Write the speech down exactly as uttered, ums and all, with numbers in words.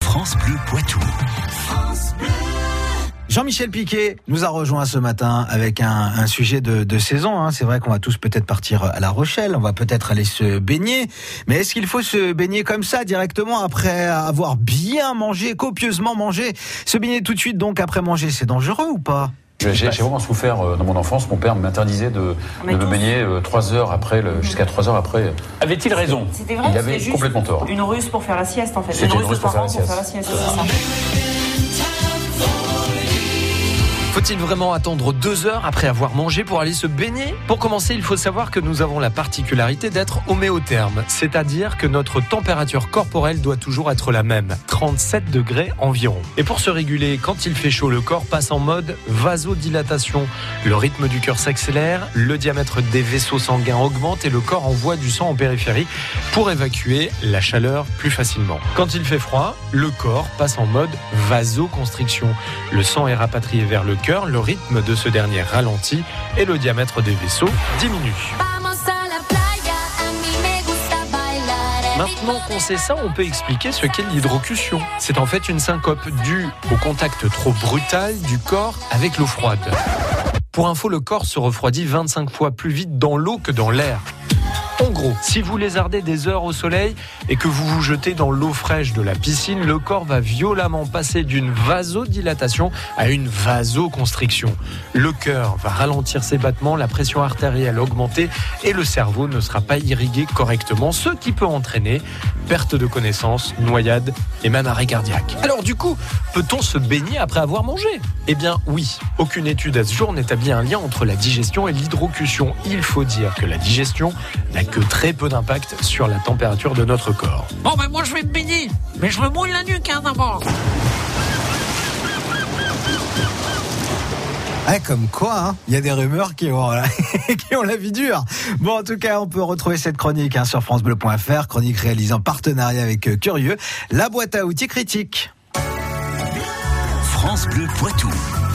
France Bleu Poitou. France Bleu. Jean-Michel Piquet nous a rejoint ce matin avec un, un sujet de, de saison. Hein. C'est vrai qu'on va tous peut-être partir à La Rochelle, on va peut-être aller se baigner. Mais est-ce qu'il faut se baigner comme ça directement après avoir bien mangé, copieusement mangé? Se baigner tout de suite donc après manger, c'est dangereux ou pas? J'ai, j'ai vraiment souffert euh, dans mon enfance. Mon père m'interdisait de, de me baigner euh, trois heures après, le, jusqu'à trois heures après. Avait-il raison? C'était vrai. Il avait juste complètement tort. Une ruse pour faire la sieste en fait. C'était une, une ruse pour, faire la, pour faire la sieste. C'est ça. Faut-il vraiment attendre deux heures après avoir mangé pour aller se baigner? Pour commencer, il faut savoir que nous avons la particularité d'être homéotherme, c'est-à-dire que notre température corporelle doit toujours être la même, trente-sept degrés environ. Et pour se réguler, quand il fait chaud, le corps passe en mode vasodilatation. Le rythme du cœur s'accélère, le diamètre des vaisseaux sanguins augmente et le corps envoie du sang en périphérie pour évacuer la chaleur plus facilement. Quand il fait froid, le corps passe en mode vasoconstriction. Le sang est rapatrié vers le cœur, le rythme de ce dernier ralentit et le diamètre des vaisseaux diminue. Maintenant qu'on sait ça, on peut expliquer ce qu'est l'hydrocution. C'est en fait une syncope due au contact trop brutal du corps avec l'eau froide. Pour info, le corps se refroidit vingt-cinq fois plus vite dans l'eau que dans l'air. En gros, si vous lézardez des heures au soleil et que vous vous jetez dans l'eau fraîche de la piscine, le corps va violemment passer d'une vasodilatation à une vasoconstriction. Le cœur va ralentir ses battements, la pression artérielle augmenter et le cerveau ne sera pas irrigué correctement, ce qui peut entraîner perte de connaissance, noyade et même arrêt cardiaque. Alors du coup, peut-on se baigner après avoir mangé? Eh bien oui, aucune étude à ce jour n'établit un lien entre la digestion et l'hydrocution. Il faut dire que la digestion n'a que très peu d'impact sur la température de notre corps. Bon ben moi je vais me baigner, mais je me mouille la nuque hein, d'abord. Ah, comme quoi, hein, il y a des rumeurs qui ont, qui ont la vie dure. Bon, en tout cas, on peut retrouver cette chronique hein, sur francebleu point fr, chronique réalisée en partenariat avec euh, Curieux, la boîte à outils critique. France Bleu Poitou.